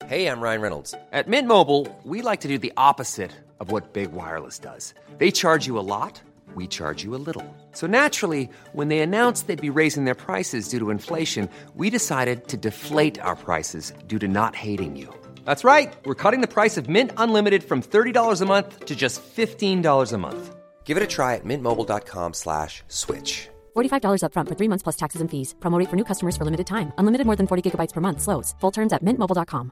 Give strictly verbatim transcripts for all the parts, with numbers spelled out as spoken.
Hey, I'm Ryan Reynolds. At Mint Mobile, we like to do the opposite of what Big Wireless does. They charge you a lot, we charge you a little. So naturally, when they announced they'd be raising their prices due to inflation, we decided to deflate our prices due to not hating you. That's right. We're cutting the price of Mint Unlimited from thirty dollars a month to just fifteen dollars a month. Give it a try at mintmobile.com slash switch. forty-five dollars up front for three months plus taxes and fees. Promo rate for new customers for limited time. Unlimited more than forty gigabytes per month. Slows full terms at mint mobile dot com.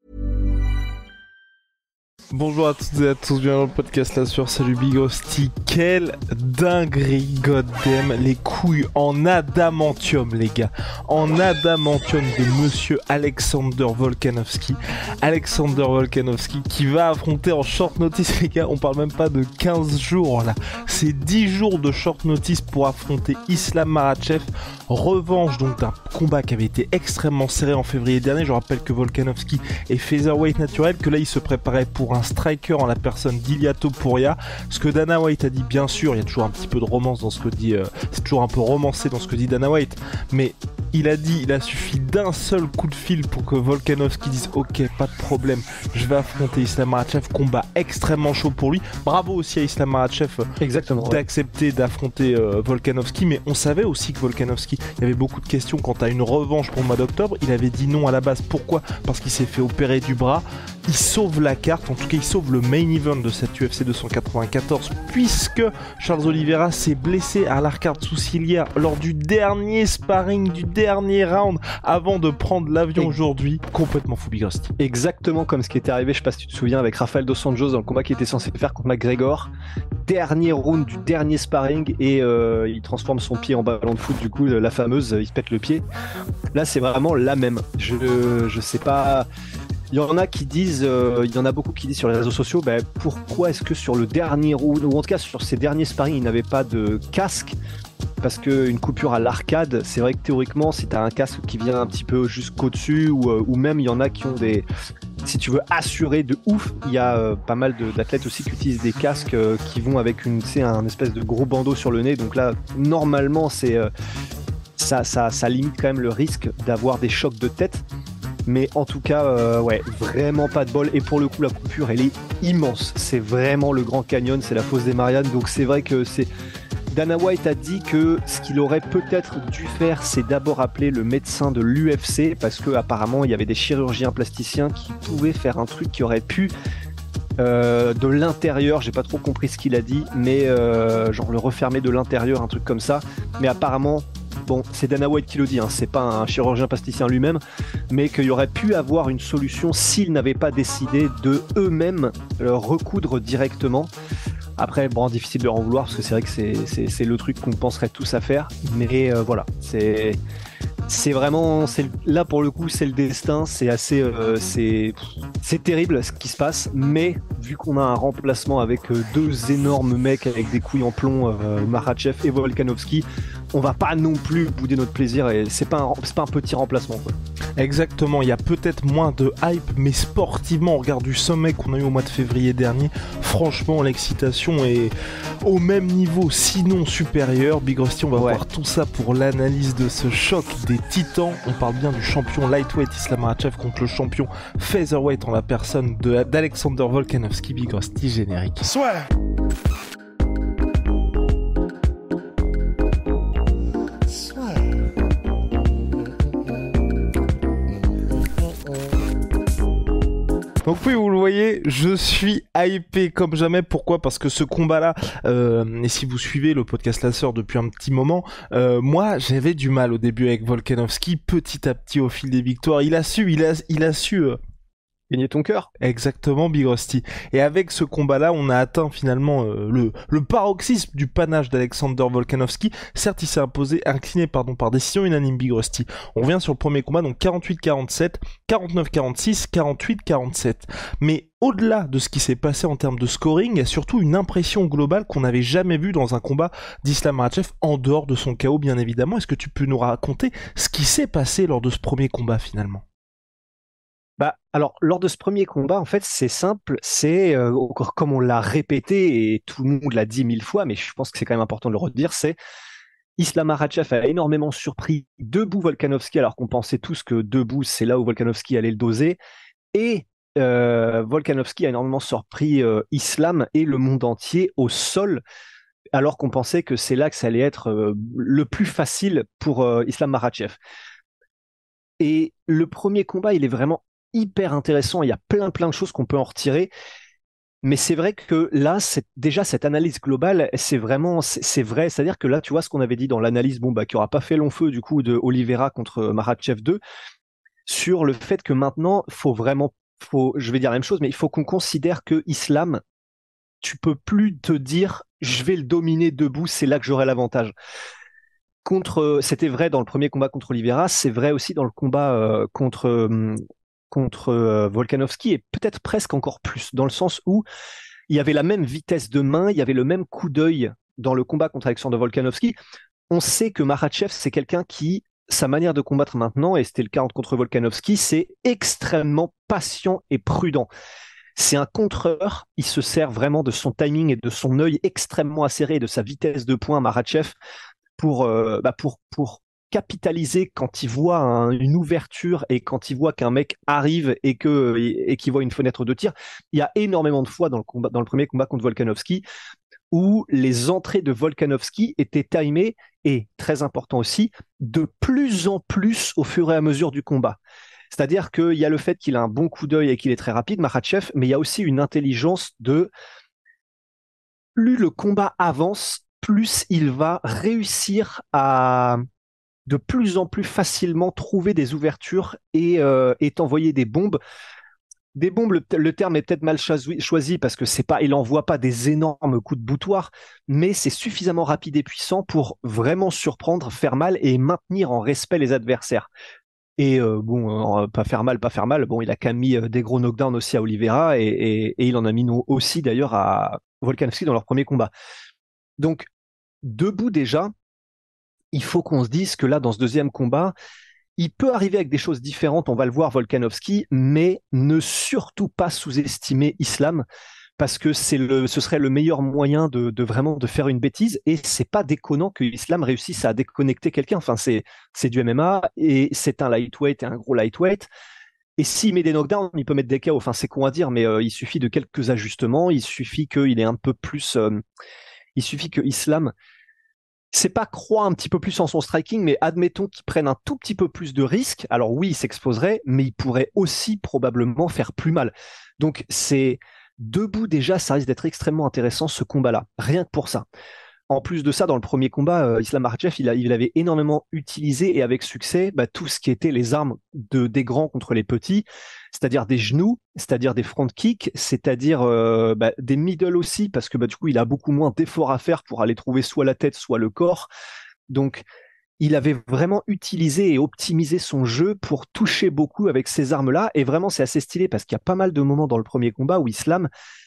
Bonjour à toutes et à tous, bienvenue dans le podcast là sur Salut Big Hostie. Quelle dinguerie, goddamn, les couilles en adamantium les gars, en adamantium de monsieur Alexander Volkanovski. Alexander Volkanovski qui va affronter en short notice les gars, on parle même pas de quinze jours là, c'est dix jours de short notice pour affronter Islam Makhachev. Revanche donc d'un combat qui avait été extrêmement serré en février dernier. Je rappelle que Volkanovski est featherweight naturel, que là il se préparait pour un striker en la personne d'Ilia Topuria. Ce que Dana White a dit, bien sûr, il y a toujours un petit peu de romance dans ce que dit, euh, c'est toujours un peu romancé dans ce que dit Dana White, mais il a dit, il a suffi d'un seul coup de fil pour que Volkanovski dise ok, pas de problème, je vais affronter Islam Makhachev. Combat extrêmement chaud pour lui. Bravo aussi à Islam Makhachev Exactement, d'accepter ouais. d'affronter euh, Volkanovski, mais on savait aussi que Volkanovski, il y avait beaucoup de questions quant à une revanche pour le mois d'octobre. Il avait dit non à la base. Pourquoi ? Parce qu'il s'est fait opérer du bras. Il sauve la carte, en tout cas il sauve le main event de cette U F C deux cent quatre-vingt-quatorze, puisque Charles Oliveira s'est blessé à l'arcade sourcilière lors du dernier sparring, du dernier round, avant de prendre l'avion Et... aujourd'hui. Complètement fou, Big Hostie. Exactement comme ce qui était arrivé, je sais pas si tu te souviens, avec Rafael Dos Anjos dans le combat qu'il était censé faire contre McGregor. Dernier round du dernier sparring et euh, il transforme son pied en ballon de foot, du coup la fameuse, il se pète le pied. Là c'est vraiment la même. Je, je sais pas... Il y en a qui disent, euh, il y en a beaucoup qui disent sur les réseaux sociaux, bah, pourquoi est-ce que sur le dernier round, ou en tout cas sur ces derniers sparring, il n'avait pas de casque ? Parce qu'une coupure à l'arcade, c'est vrai que théoriquement, si tu as un casque qui vient un petit peu jusqu'au-dessus, ou, euh, ou même il y en a qui ont des... Si tu veux assurer de ouf, il y a euh, pas mal de, d'athlètes aussi qui utilisent des casques euh, qui vont avec une, c'est un espèce de gros bandeau sur le nez. Donc là, normalement, c'est, euh, ça, ça, ça limite quand même le risque d'avoir des chocs de tête. Mais en tout cas, euh, ouais, vraiment pas de bol. Et pour le coup, la coupure, elle est immense. C'est vraiment le Grand Canyon, c'est la fosse des Mariannes. Donc c'est vrai que c'est... Dana White a dit que ce qu'il aurait peut-être dû faire, c'est d'abord appeler le médecin de l'U F C, parce qu'apparemment, il y avait des chirurgiens plasticiens qui pouvaient faire un truc qui aurait pu... Euh, de l'intérieur, j'ai pas trop compris ce qu'il a dit, mais euh, genre le refermer de l'intérieur, un truc comme ça. Mais apparemment... Bon, c'est Dana White qui le dit, hein, c'est pas un chirurgien plasticien lui-même, mais qu'il y aurait pu avoir une solution s'ils n'avaient pas décidé de eux-mêmes euh, recoudre directement. Après, bon, difficile de leur en vouloir parce que c'est vrai que c'est, c'est, c'est le truc qu'on penserait tous à faire, mais euh, voilà, c'est, c'est vraiment, c'est, là pour le coup, c'est le destin, c'est assez, euh, c'est, c'est terrible ce qui se passe, mais vu qu'on a un remplacement avec euh, deux énormes mecs avec des couilles en plomb, euh, Makhachev et Volkanovski, on va pas non plus bouder notre plaisir et c'est pas un, c'est pas un petit remplacement quoi. Exactement, il y a peut-être moins de hype, mais sportivement, on regarde du sommet qu'on a eu au mois de février dernier, franchement l'excitation est au même niveau, sinon supérieur. Big Hostie, on va ouais. voir tout ça pour l'analyse de ce choc des titans. On parle bien du champion lightweight Islam Makhachev contre le champion featherweight en la personne de, d'Alexander Volkanovski. Big Hostie, générique. Soit. Donc oui, vous le voyez, je suis hypé comme jamais. Pourquoi ? Parce que ce combat-là, euh, et si vous suivez le podcast La Sœur depuis un petit moment, euh, moi j'avais du mal au début avec Volkanovski. Petit à petit, au fil des victoires, il a su, il a, il a su... Euh, Gagner ton cœur. Exactement, Big Hostie. Et avec ce combat-là, on a atteint finalement euh, le, le paroxysme du panache d'Alexander Volkanovski. Certes, il s'est imposé, incliné pardon, par décision unanime, Big Hostie. On revient sur le premier combat, donc quarante-huit quarante-sept, quarante-neuf quarante-six, quarante-huit quarante-sept. Mais au-delà de ce qui s'est passé en termes de scoring, il y a surtout une impression globale qu'on n'avait jamais vue dans un combat d'Islam Makhachev, en dehors de son chaos, bien évidemment. Est-ce que tu peux nous raconter ce qui s'est passé lors de ce premier combat, finalement ? Bah, alors, lors de ce premier combat, en fait, c'est simple, c'est, euh, comme on l'a répété, et tout le monde l'a dit mille fois, mais je pense que c'est quand même important de le redire, c'est Islam Makhachev a énormément surpris debout Volkanovski, alors qu'on pensait tous que debout, c'est là où Volkanovski allait le doser. Et euh, Volkanovski a énormément surpris euh, Islam et le monde entier au sol, alors qu'on pensait que c'est là que ça allait être euh, le plus facile pour euh, Islam Makhachev. Et le premier combat, il est vraiment hyper intéressant. Il y a plein plein de choses qu'on peut en retirer. Mais c'est vrai que là, c'est, déjà, cette analyse globale, c'est vraiment, c'est, c'est vrai. C'est-à-dire que là, tu vois ce qu'on avait dit dans l'analyse, bon, bah, qui aura pas fait long feu, du coup, de Oliveira contre Makhachev deux, sur le fait que maintenant, faut vraiment, faut, je vais dire la même chose, mais il faut qu'on considère que Islam, tu peux plus te dire, je vais le dominer debout, c'est là que j'aurai l'avantage. Contre, c'était vrai dans le premier combat contre Oliveira, c'est vrai aussi dans le combat euh, contre, euh, contre euh, Volkanovski, et peut-être presque encore plus, dans le sens où il y avait la même vitesse de main, il y avait le même coup d'œil dans le combat contre Alexander Volkanovski. On sait que Makhachev, c'est quelqu'un qui, sa manière de combattre maintenant, et c'était le cas contre Volkanovski, c'est extrêmement patient et prudent. C'est un contreur, il se sert vraiment de son timing et de son œil extrêmement acéré et de sa vitesse de poing, Makhachev, pour, euh, bah pour, pour capitaliser quand il voit un, une ouverture et quand il voit qu'un mec arrive et que et, et qu'il voit une fenêtre de tir. Il y a énormément de fois dans le combat, dans le premier combat contre Volkanovski, où les entrées de Volkanovski étaient timées et, très important aussi, de plus en plus au fur et à mesure du combat. C'est-à-dire qu'il y a le fait qu'il a un bon coup d'œil et qu'il est très rapide, Makhachev, mais il y a aussi une intelligence de plus le combat avance, plus il va réussir à de plus en plus facilement trouver des ouvertures et, euh, et t'envoyer des bombes. Des bombes, le, le terme est peut-être mal choisi, choisi parce que c'est pas, il envoie pas des énormes coups de boutoir, mais c'est suffisamment rapide et puissant pour vraiment surprendre, faire mal et maintenir en respect les adversaires. Et euh, bon, euh, pas faire mal, pas faire mal. Bon, il a quand même mis euh, des gros knockdowns aussi à Oliveira et, et, et il en a mis no, aussi d'ailleurs à Volkanovski dans leur premier combat. Donc, debout déjà, il faut qu'on se dise que là, dans ce deuxième combat, il peut arriver avec des choses différentes, on va le voir, Volkanovski, mais ne surtout pas sous-estimer Islam, parce que c'est le, ce serait le meilleur moyen de, de vraiment de faire une bêtise, et c'est pas déconnant que Islam réussisse à déconnecter quelqu'un. Enfin, c'est, c'est du M M A, et c'est un lightweight et un gros lightweight. Et s'il met des knockdowns, il peut mettre des K O. Enfin, c'est con à dire, mais euh, il suffit de quelques ajustements, il suffit qu'il ait un peu plus... Euh, il suffit que Islam... c'est pas croire un petit peu plus en son striking, mais admettons qu'il prenne un tout petit peu plus de risques. Alors oui, il s'exposerait, mais il pourrait aussi probablement faire plus mal. Donc c'est debout déjà, ça risque d'être extrêmement intéressant ce combat-là, rien que pour ça. En plus de ça, dans le premier combat, euh, Islam Makhachev, il, a, il avait énormément utilisé et avec succès bah, tout ce qui était les armes de, des grands contre les petits, c'est-à-dire des genoux, c'est-à-dire des front kicks, c'est-à-dire euh, bah, des middle aussi, parce que bah, du coup, il a beaucoup moins d'efforts à faire pour aller trouver soit la tête, soit le corps. Donc, il avait vraiment utilisé et optimisé son jeu pour toucher beaucoup avec ces armes-là. Et vraiment, c'est assez stylé parce qu'il y a pas mal de moments dans le premier combat où Islam,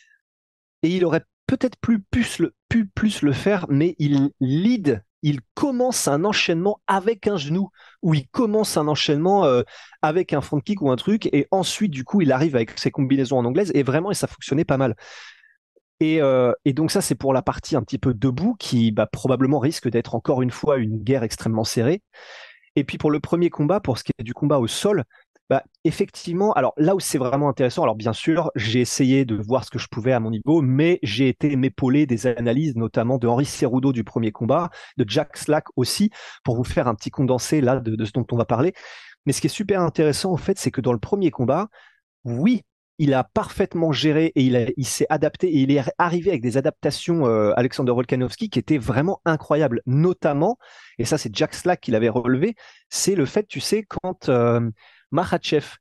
et il aurait peut-être plus pu le, pu plus le faire, mais il lead, il commence un enchaînement avec un genou, ou il commence un enchaînement euh, avec un front kick ou un truc, et ensuite, du coup, il arrive avec ses combinaisons en anglaise, et vraiment, et ça fonctionnait pas mal. Et, euh, et donc ça, c'est pour la partie un petit peu debout, qui bah, probablement risque d'être encore une fois une guerre extrêmement serrée. Et puis pour le premier combat, pour ce qui est du combat au sol, bah, effectivement, alors là où c'est vraiment intéressant, alors bien sûr, j'ai essayé de voir ce que je pouvais à mon niveau, mais j'ai été m'épauler des analyses, notamment de Henri Cerudo du premier combat, de Jack Slack aussi, pour vous faire un petit condensé là de, de ce dont on va parler. Mais ce qui est super intéressant, en fait, c'est que dans le premier combat, oui, il a parfaitement géré et il, a, il s'est adapté et il est arrivé avec des adaptations euh, Alexander Volkanovski qui étaient vraiment incroyables, notamment, et ça c'est Jack Slack qui l'avait relevé, c'est le fait, tu sais, quand euh, Makhachev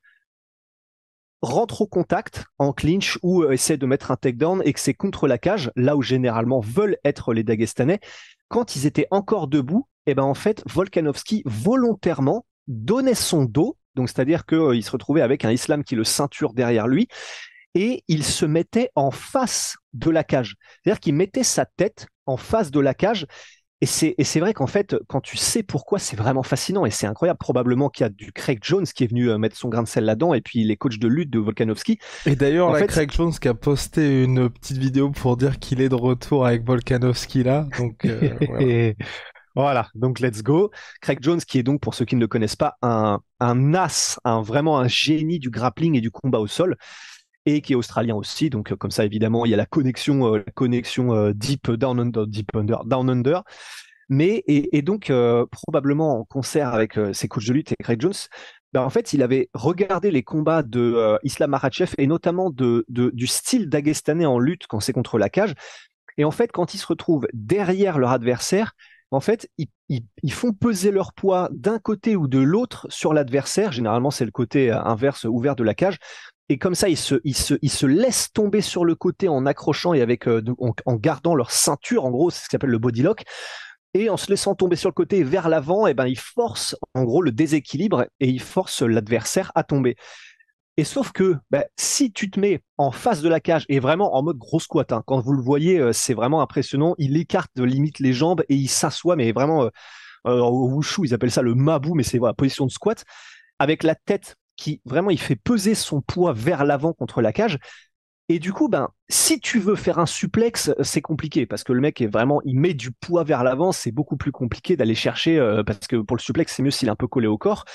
rentre au contact en clinch ou euh, essaie de mettre un takedown et que c'est contre la cage, là où généralement veulent être les Dagestanais, quand ils étaient encore debout, et ben en fait Volkanovski volontairement donnait son dos, donc c'est-à-dire qu'il euh, se retrouvait avec un Islam qui le ceinture derrière lui, et il se mettait en face de la cage. C'est-à-dire qu'il mettait sa tête en face de la cage, et c'est, et c'est vrai qu'en fait, quand tu sais pourquoi, c'est vraiment fascinant, et c'est incroyable. Probablement qu'il y a du Craig Jones qui est venu euh, mettre son grain de sel là-dedans, et puis les coachs de lutte de Volkanovski. Et d'ailleurs, en là, fait, Craig Jones qui a posté une petite vidéo pour dire qu'il est de retour avec Volkanovski là, donc euh, voilà. Voilà, donc let's go. Craig Jones, qui est donc, pour ceux qui ne le connaissent pas, un, un as, un, vraiment un génie du grappling et du combat au sol, et qui est australien aussi. Donc euh, comme ça, évidemment, il y a la connexion, euh, la connexion euh, deep down under, deep under, down under. Mais et, et donc euh, probablement en concert avec euh, ses coachs de lutte et Craig Jones, ben, en fait, il avait regardé les combats de euh, Islam Makhachev et notamment de, de, du style dagestanais en lutte quand c'est contre la cage. Et en fait, quand ils se retrouvent derrière leur adversaire, en fait, ils, ils, ils font peser leur poids d'un côté ou de l'autre sur l'adversaire. Généralement, c'est le côté inverse ouvert de la cage. Et comme ça, ils se, ils se, ils se laissent tomber sur le côté en accrochant et avec, euh, de, en, en gardant leur ceinture. En gros, c'est ce qu'on appelle le body lock. Et en se laissant tomber sur le côté vers l'avant, et ben, ils forcent, en gros, le déséquilibre et ils forcent l'adversaire à tomber. Et sauf que bah, si tu te mets en face de la cage et vraiment en mode gros squat, hein, quand vous le voyez, c'est vraiment impressionnant. Il écarte de limite les jambes et il s'assoit, mais vraiment euh, au wushu, ils appellent ça le mabou, mais c'est voilà, position de squat, avec la tête qui vraiment il fait peser son poids vers l'avant contre la cage. Et du coup, ben, si tu veux faire un suplex, c'est compliqué parce que le mec est vraiment, il met du poids vers l'avant, c'est beaucoup plus compliqué d'aller chercher euh, parce que pour le suplex, c'est mieux s'il est un peu collé au corps.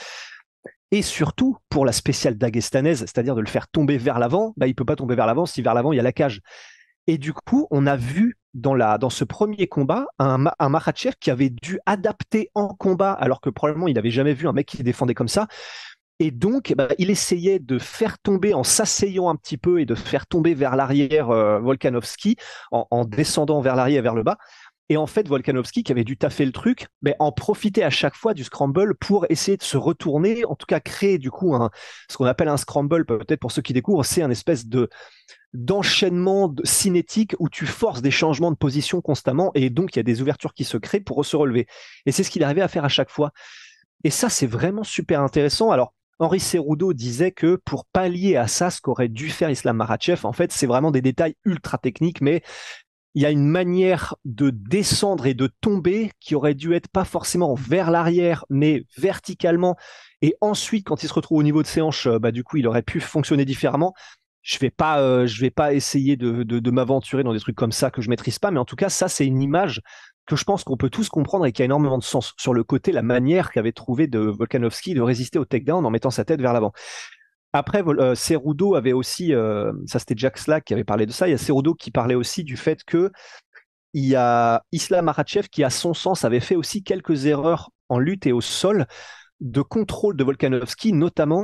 Et surtout, pour la spéciale dagestanaise, c'est-à-dire de le faire tomber vers l'avant, bah, il peut pas tomber vers l'avant si vers l'avant, il y a la cage. Et du coup, on a vu dans, la, dans ce premier combat un, un Makhachev qui avait dû adapter en combat, alors que probablement il n'avait jamais vu un mec qui défendait comme ça. Et donc, bah, il essayait de faire tomber en s'asseyant un petit peu et de faire tomber vers l'arrière euh, Volkanovski en, en descendant vers l'arrière et vers le bas. Et en fait, Volkanovski, qui avait dû taffer le truc, ben, en profitait à chaque fois du scramble pour essayer de se retourner, en tout cas créer du coup un, ce qu'on appelle un scramble, peut-être pour ceux qui découvrent, c'est un espèce de d'enchaînement de, cinétique où tu forces des changements de position constamment et donc il y a des ouvertures qui se créent pour se relever. Et c'est ce qu'il arrivait à faire à chaque fois. Et ça, c'est vraiment super intéressant. Alors, Henri Cerudo disait que pour pallier à ça, ce qu'aurait dû faire Islam Makhachev, en fait, c'est vraiment des détails ultra techniques, mais il y a une manière de descendre et de tomber qui aurait dû être pas forcément vers l'arrière, mais verticalement. Et ensuite, quand il se retrouve au niveau de ses hanches, bah, du coup, il aurait pu fonctionner différemment. Je vais pas, euh, je vais pas essayer de, de, de m'aventurer dans des trucs comme ça que je maîtrise pas, mais en tout cas, ça, c'est une image que je pense qu'on peut tous comprendre et qui a énormément de sens sur le côté, la manière qu'avait trouvé de Volkanovski de résister au takedown en mettant sa tête vers l'avant. Après, euh, Cerudo avait aussi, euh, ça c'était Jack Slack qui avait parlé de ça, il y a Cerudo qui parlait aussi du fait que il y a Islam Makhachev qui, à son sens, avait fait aussi quelques erreurs en lutte et au sol de contrôle de Volkanovski, notamment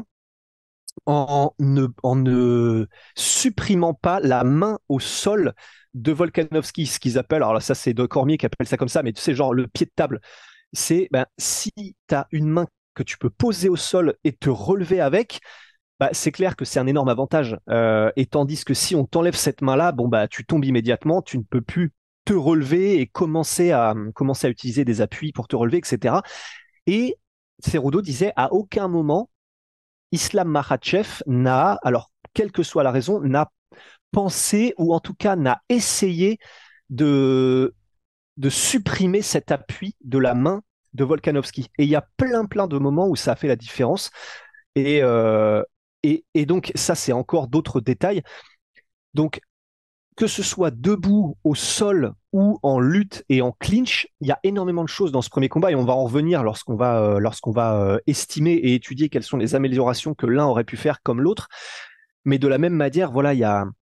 en ne, en ne supprimant pas la main au sol de Volkanovski, ce qu'ils appellent, alors là, ça c'est De Cormier qui appelle ça comme ça, mais tu sais, genre le pied de table. C'est, ben, si tu as une main que tu peux poser au sol et te relever avec, bah, c'est clair que c'est un énorme avantage. Euh, et tandis que si on t'enlève cette main-là, bon, bah, tu tombes immédiatement, tu ne peux plus te relever et commencer à, commencer à utiliser des appuis pour te relever, et cetera. Et Cerudo disait, à aucun moment, Islam Makhachev n'a, alors, quelle que soit la raison, n'a pensé ou en tout cas n'a essayé de, de supprimer cet appui de la main de Volkanovski. Et il y a plein, plein de moments où ça a fait la différence. Et, euh, et, et donc, ça, c'est encore d'autres détails. Donc, que ce soit debout, au sol ou en lutte et en clinch, il y a énormément de choses dans ce premier combat et on va en revenir lorsqu'on va, euh, lorsqu'on va euh, estimer et étudier quelles sont les améliorations que l'un aurait pu faire comme l'autre. Mais de la même manière, voilà, il y a...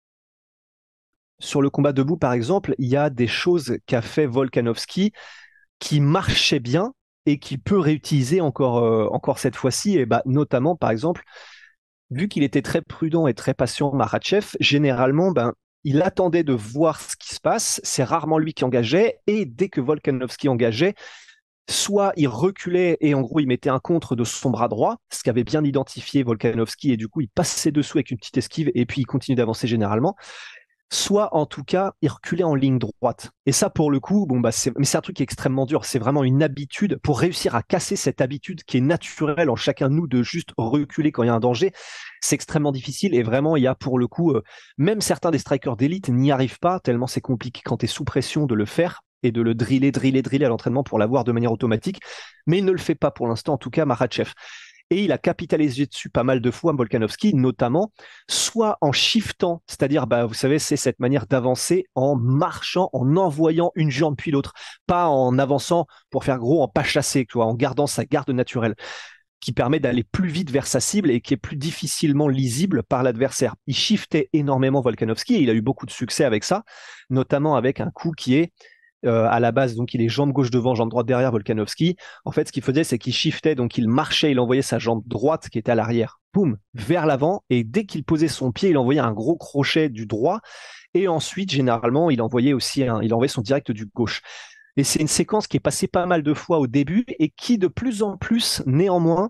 Sur le combat debout, par exemple, il y a des choses qu'a fait Volkanovski qui marchaient bien et qui peut réutiliser encore, euh, encore cette fois-ci. Et bah, notamment, par exemple, vu qu'il était très prudent et très patient, Makhachev, généralement, ben, il attendait de voir ce qui se passe. C'est rarement lui qui engageait. Et dès que Volkanovski engageait, soit il reculait et en gros, il mettait un contre de son bras droit, ce qu'avait bien identifié Volkanovski. Et du coup, il passait dessous avec une petite esquive et puis il continue d'avancer généralement. Soit en tout cas, il reculait en ligne droite. Et ça, pour le coup, bon bah c'est, mais c'est un truc qui est extrêmement dur. C'est vraiment une habitude. Pour réussir à casser cette habitude qui est naturelle en chacun de nous de juste reculer quand il y a un danger, c'est extrêmement difficile. Et vraiment, il y a pour le coup, euh, même certains des strikers d'élite n'y arrivent pas tellement c'est compliqué quand tu es sous pression de le faire et de le driller, driller, driller à l'entraînement pour l'avoir de manière automatique. Mais il ne le fait pas pour l'instant, en tout cas, Makhachev. Et il a capitalisé dessus pas mal de fois, Volkanovski, notamment, soit en shiftant, c'est-à-dire, bah, vous savez, c'est cette manière d'avancer en marchant, en envoyant une jambe puis l'autre, pas en avançant pour faire gros, en pas chasser, tu vois, en gardant sa garde naturelle, qui permet d'aller plus vite vers sa cible et qui est plus difficilement lisible par l'adversaire. Il shiftait énormément Volkanovski et il a eu beaucoup de succès avec ça, notamment avec un coup qui est Euh, à la base, donc il est jambe gauche devant, jambe droite derrière, Volkanovski. En fait, ce qu'il faisait, c'est qu'il shiftait, donc il marchait, il envoyait sa jambe droite qui était à l'arrière, boum, vers l'avant, et dès qu'il posait son pied, il envoyait un gros crochet du droit, et ensuite, généralement, il envoyait aussi un, il envoyait son direct du gauche. Et c'est une séquence qui est passée pas mal de fois au début, et qui de plus en plus, néanmoins,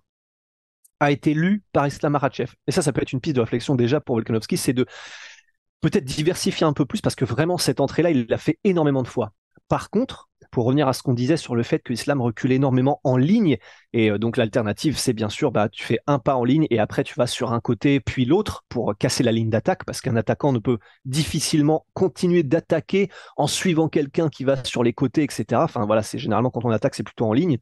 a été lue par Islam Makhachev. Et ça, ça peut être une piste de réflexion déjà pour Volkanovski, c'est de peut-être diversifier un peu plus, parce que vraiment, cette entrée-là, il l'a fait énormément de fois. Par contre, pour revenir à ce qu'on disait sur le fait que l'islam recule énormément en ligne, et euh, donc l'alternative, c'est bien sûr, bah, tu fais un pas en ligne et après tu vas sur un côté puis l'autre pour casser la ligne d'attaque, parce qu'un attaquant ne peut difficilement continuer d'attaquer en suivant quelqu'un qui va sur les côtés, et cetera. Enfin voilà, c'est généralement quand on attaque, c'est plutôt en ligne.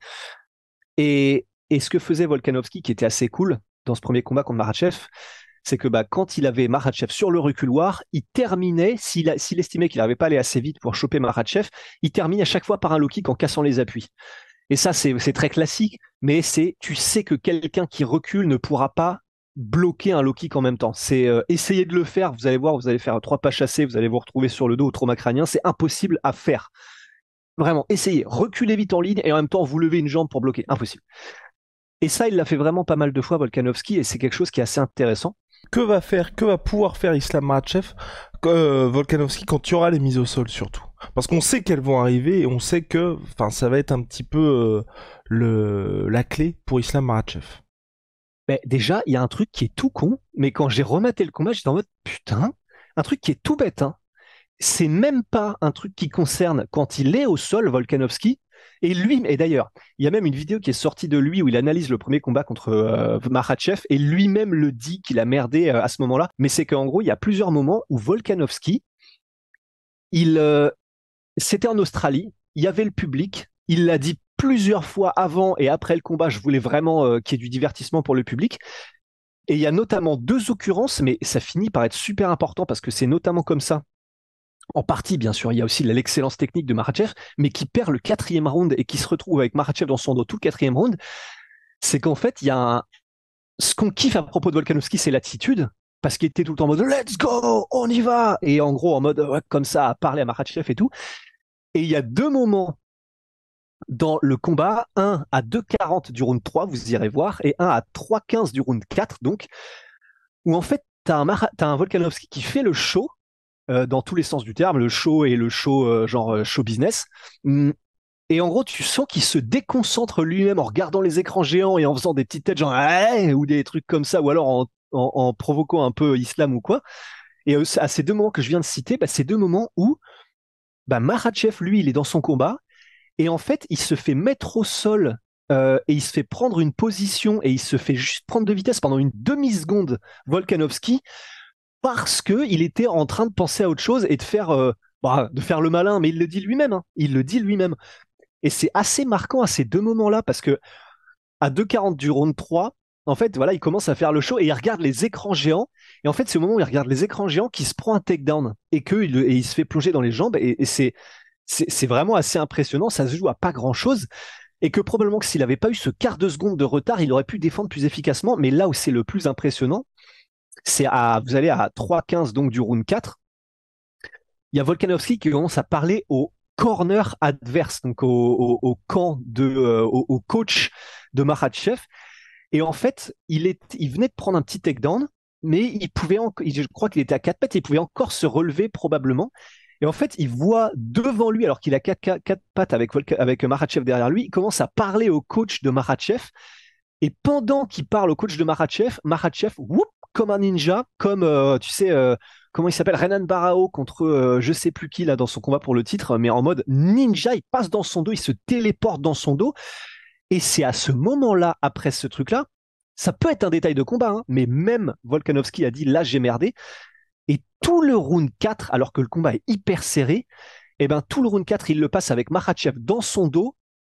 Et, et ce que faisait Volkanovski, qui était assez cool dans ce premier combat contre Makhachev, c'est que bah, quand il avait Makhachev sur le reculoir, il terminait, s'il, a, s'il estimait qu'il n'arrivait pas à aller assez vite pour choper Makhachev, il termine à chaque fois par un low kick en cassant les appuis. Et ça, c'est, c'est très classique, mais c'est, tu sais que quelqu'un qui recule ne pourra pas bloquer un low kick en même temps. C'est euh, essayer de le faire, vous allez voir, vous allez faire trois pas chassés, vous allez vous retrouver sur le dos au trauma crânien, c'est impossible à faire. Vraiment, essayez, reculez vite en ligne et en même temps vous levez une jambe pour bloquer, impossible. Et ça, il l'a fait vraiment pas mal de fois, Volkanovski, et c'est quelque chose qui est assez intéressant. Que va faire, que va pouvoir faire Islam Makhachev, euh, Volkanovski, quand tu auras les mises au sol surtout? Parce qu'on sait qu'elles vont arriver et on sait que, enfin, ça va être un petit peu euh, le la clé pour Islam Makhachev. Ben, déjà, il y a un truc qui est tout con, mais quand j'ai rematé le combat, j'étais en mode putain, un truc qui est tout bête, hein. C'est même pas un truc qui concerne quand il est au sol, Volkanovski. Et lui, et d'ailleurs, il y a même une vidéo qui est sortie de lui où il analyse le premier combat contre euh, Makhachev et lui-même le dit qu'il a merdé euh, à ce moment-là. Mais c'est qu'en gros, il y a plusieurs moments où Volkanovski, il, euh, c'était en Australie, il y avait le public, il l'a dit plusieurs fois avant et après le combat, je voulais vraiment euh, qu'il y ait du divertissement pour le public. Et il y a notamment deux occurrences, mais ça finit par être super important parce que c'est notamment comme ça. En partie, bien sûr, il y a aussi l'excellence technique de Makhachev, mais qui perd le quatrième round et qui se retrouve avec Makhachev dans son dos tout le quatrième round. C'est qu'en fait, il y a un... ce qu'on kiffe à propos de Volkanovski, c'est l'attitude, parce qu'il était tout le temps en mode let's go, on y va, et en gros en mode ouais, comme ça, à parler à Makhachev et tout. Et il y a deux moments dans le combat, un à deux quarante du round trois, vous irez voir, et un à trois quinze du round quatre, donc, où en fait, t'as un, Mara... t'as un Volkanovski qui fait le show, Euh, dans tous les sens du terme, le show et le show euh, genre euh, show business. Et en gros, tu sens qu'il se déconcentre lui-même en regardant les écrans géants et en faisant des petites têtes genre hey! Ou des trucs comme ça, ou alors en, en, en provoquant un peu Islam ou quoi. Et euh, à ces deux moments que je viens de citer, bah, c'est deux moments où bah, Makhachev, lui, il est dans son combat et en fait, il se fait mettre au sol euh, et il se fait prendre une position et il se fait juste prendre de vitesse pendant une demi-seconde, Volkanovski, parce que il était en train de penser à autre chose et de faire, euh, bah, de faire le malin, mais il le dit lui-même, hein, il le dit lui-même. Et c'est assez marquant à ces deux moments-là, parce que à deux quarante du round trois, en fait, voilà, il commence à faire le show et il regarde les écrans géants. Et en fait, c'est au moment où il regarde les écrans géants qu'il se prend un takedown et qu'il et il se fait plonger dans les jambes. Et, et c'est, c'est, c'est vraiment assez impressionnant, ça se joue à pas grand-chose. Et que probablement que s'il n'avait pas eu ce quart de seconde de retard, il aurait pu défendre plus efficacement. Mais là où c'est le plus impressionnant, c'est à, vous allez à trois quinze donc du round quatre, il y a Volkanovski qui commence à parler au corner adverse, donc au, au, au camp de, euh, au, au coach de Makhachev. Et en fait, il, est, il venait de prendre un petit takedown, mais il pouvait, en, je crois qu'il était à quatre pattes, et il pouvait encore se relever probablement. Et en fait, il voit devant lui, alors qu'il a quatre, quatre, quatre pattes avec, avec Makhachev derrière lui, il commence à parler au coach de Makhachev. Et pendant qu'il parle au coach de Makhachev, Makhachev, whoop, comme un ninja, comme, euh, tu sais, euh, comment il s'appelle, Renan Barao contre euh, je sais plus qui là dans son combat pour le titre, mais en mode ninja, il passe dans son dos, il se téléporte dans son dos. Et c'est à ce moment-là, après ce truc-là, ça peut être un détail de combat, hein, mais même Volkanovski a dit là j'ai merdé. Et tout le round quatre, alors que le combat est hyper serré, et ben tout le round quatre, il le passe avec Makhachev dans son dos.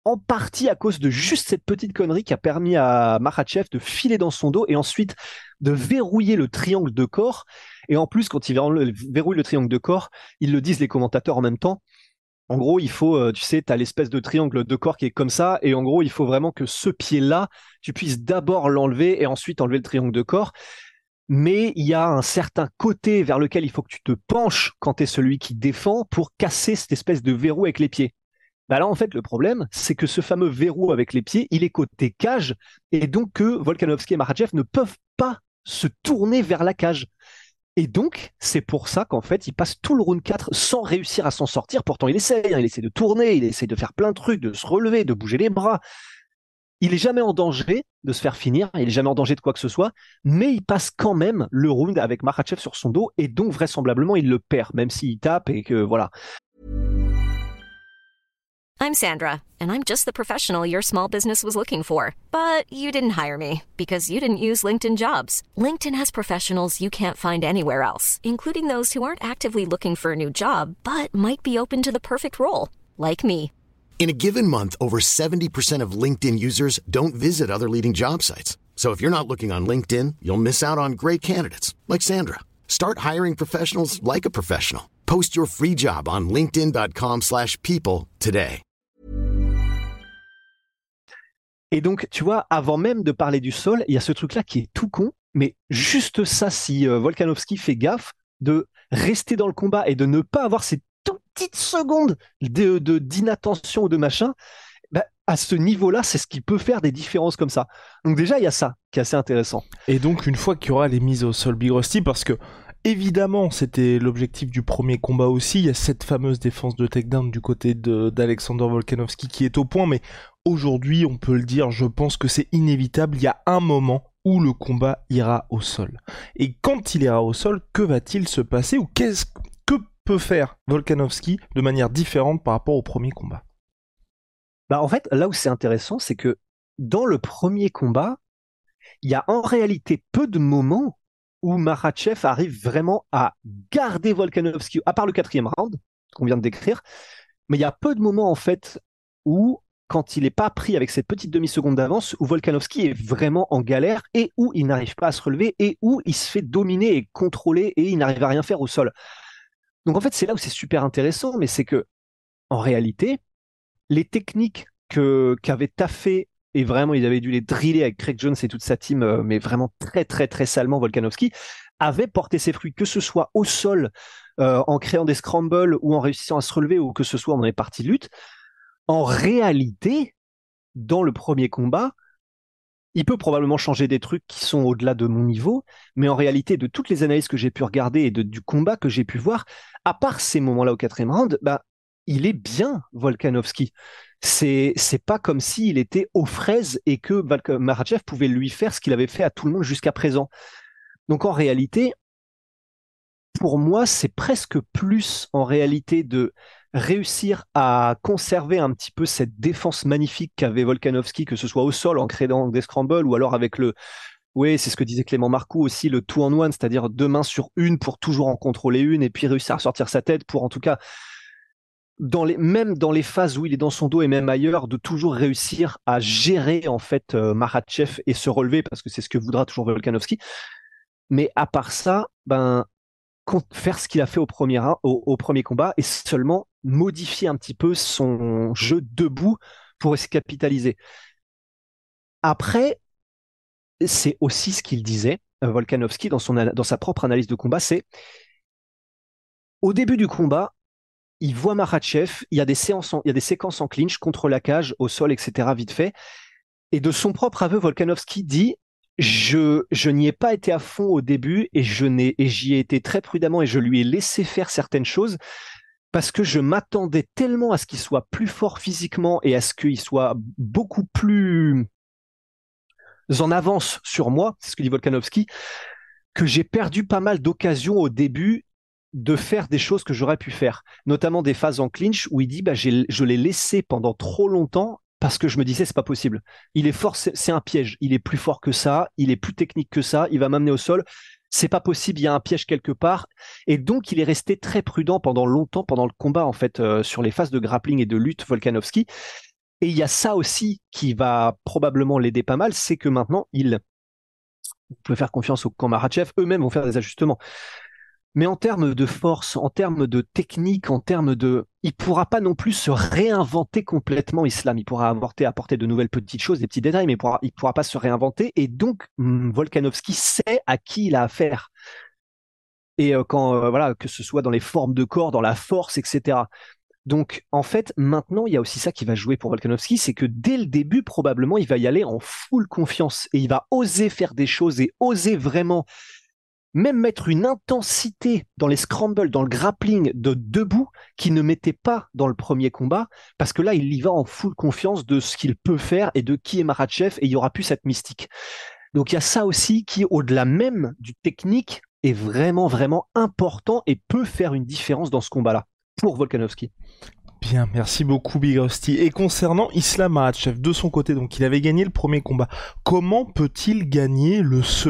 en partie à cause de juste cette petite connerie qui a permis à Makhachev de filer dans son dos et ensuite de verrouiller le triangle de corps. Et en plus, quand il verrouille le triangle de corps, ils le disent les commentateurs en même temps. En gros, il faut, tu sais, tu as l'espèce de triangle de corps qui est comme ça, et en gros, il faut vraiment que ce pied-là, tu puisses d'abord l'enlever et ensuite enlever le triangle de corps. Mais il y a un certain côté vers lequel il faut que tu te penches quand tu es celui qui défend pour casser cette espèce de verrou avec les pieds. Bah là, en fait, le problème, c'est que ce fameux verrou avec les pieds, il est côté cage, et donc que Volkanovski et Makhachev ne peuvent pas se tourner vers la cage. Et donc, c'est pour ça qu'en fait, il passe tout le round quatre sans réussir à s'en sortir. Pourtant, il essaye, hein, il essaie de tourner, il essaie de faire plein de trucs, de se relever, de bouger les bras. Il est jamais en danger de se faire finir, il est jamais en danger de quoi que ce soit, mais il passe quand même le round avec Makhachev sur son dos, et donc vraisemblablement, il le perd, même s'il tape et que voilà. I'm Sandra, and I'm just the professional your small business was looking for. But you didn't hire me because you didn't use LinkedIn Jobs. LinkedIn has professionals you can't find anywhere else, including those who aren't actively looking for a new job, but might be open to the perfect role, like me. In a given month, over seventy percent of LinkedIn users don't visit other leading job sites. So if you're not looking on LinkedIn, you'll miss out on great candidates, like Sandra. Start hiring professionals like a professional. Post your free job on linkedin.com slash people today. Et donc, tu vois, avant même de parler du sol, il y a ce truc-là qui est tout con, mais juste ça, si euh, Volkanovski fait gaffe de rester dans le combat et de ne pas avoir ces toutes petites secondes de, de, d'inattention ou de machin, bah, à ce niveau-là, c'est ce qui peut faire des différences comme ça. Donc déjà, il y a ça qui est assez intéressant. Et donc, une fois qu'il y aura les mises au sol Big Rusty, parce que évidemment, c'était l'objectif du premier combat aussi. Il y a cette fameuse défense de takedown du côté de, d'Alexander Volkanovski qui est au point, mais aujourd'hui, on peut le dire, je pense que c'est inévitable. Il y a un moment où le combat ira au sol. Et quand il ira au sol, que va-t-il se passer ou qu'est-ce que peut faire Volkanovski de manière différente par rapport au premier combat? Bah en fait, là où c'est intéressant, c'est que dans le premier combat, il y a en réalité peu de moments où Makhachev arrive vraiment à garder Volkanovski, à part le quatrième round qu'on vient de décrire, mais il y a peu de moments en fait où, quand il n'est pas pris avec cette petite demi-seconde d'avance, où Volkanovski est vraiment en galère et où il n'arrive pas à se relever et où il se fait dominer et contrôler et il n'arrive à rien faire au sol. Donc en fait, c'est là où c'est super intéressant, mais c'est que en réalité, les techniques que, qu'avait taffé, et vraiment ils avaient dû les driller avec Craig Jones et toute sa team, euh, mais vraiment très très très salement, Volkanovski, avaient porté ses fruits, que ce soit au sol, euh, en créant des scrambles ou en réussissant à se relever, ou que ce soit dans les parties de lutte. En réalité, dans le premier combat, il peut probablement changer des trucs qui sont au-delà de mon niveau, mais en réalité, de toutes les analyses que j'ai pu regarder et de, du combat que j'ai pu voir, à part ces moments-là au quatrième round, bah, il est bien, Volkanovski. C'est, c'est pas comme s'il était aux fraises et que Makhachev pouvait lui faire ce qu'il avait fait à tout le monde jusqu'à présent. Donc en réalité, pour moi, c'est presque plus en réalité de réussir à conserver un petit peu cette défense magnifique qu'avait Volkanovski, que ce soit au sol en créant des scrambles ou alors avec le, oui, c'est ce que disait Clément Marcoux aussi, le two on one, c'est-à-dire deux mains sur une pour toujours en contrôler une et puis réussir à sortir sa tête pour en tout cas, dans les, même dans les phases où il est dans son dos et même ailleurs, de toujours réussir à gérer en fait euh, Makhachev et se relever parce que c'est ce que voudra toujours Volkanovski. Mais à part ça, ben faire ce qu'il a fait au premier, au, au premier combat et seulement modifier un petit peu son jeu debout pour se capitaliser. Après, c'est aussi ce qu'il disait, Volkanovski, dans, son, dans sa propre analyse de combat, c'est au début du combat, il voit Makhachev, il y a des séances, en, il y a des séquences en clinch contre la cage, au sol, et cetera, vite fait. Et de son propre aveu, Volkanovski dit Je, je n'y ai pas été à fond au début et, je n'ai, et j'y ai été très prudemment et je lui ai laissé faire certaines choses parce que je m'attendais tellement à ce qu'il soit plus fort physiquement et à ce qu'il soit beaucoup plus en avance sur moi, c'est ce que dit Volkanovski, que j'ai perdu pas mal d'occasions au début de faire des choses que j'aurais pu faire, notamment des phases en clinch où il dit bah, j'ai, je l'ai laissé pendant trop longtemps parce que je me disais c'est pas possible. Il est fort, c'est, c'est un piège. Il est plus fort que ça, il est plus technique que ça, il va m'amener au sol. C'est pas possible, il y a un piège quelque part. Et donc il est resté très prudent pendant longtemps pendant le combat en fait euh, sur les phases de grappling et de lutte Volkanovski. Et il y a ça aussi qui va probablement l'aider pas mal, c'est que maintenant, il vous pouvez faire confiance au camp Makhachev, eux-mêmes vont faire des ajustements. Mais en termes de force, en termes de technique, en termes de... Il pourra pas non plus se réinventer complètement, Islam. Il pourra apporter, apporter de nouvelles petites choses, des petits détails, mais il pourra, il pourra pas se réinventer. Et donc, Volkanovski sait à qui il a affaire. Et euh, quand, euh, voilà, que ce soit dans les formes de corps, dans la force, et cetera. Donc, en fait, maintenant, il y a aussi ça qui va jouer pour Volkanovski, c'est que dès le début, probablement, il va y aller en full confiance. Et il va oser faire des choses et oser vraiment... même mettre une intensité dans les scrambles, dans le grappling de debout qu'il ne mettait pas dans le premier combat, parce que là, il y va en full confiance de ce qu'il peut faire et de qui est Makhachev, et il y aura plus cette mystique. Donc il y a ça aussi qui, au-delà même du technique, est vraiment, vraiment important et peut faire une différence dans ce combat-là, pour Volkanovski. Bien, merci beaucoup Big Rusty. Et concernant Islam Makhachev, de son côté, donc il avait gagné le premier combat, comment peut-il gagner le second ?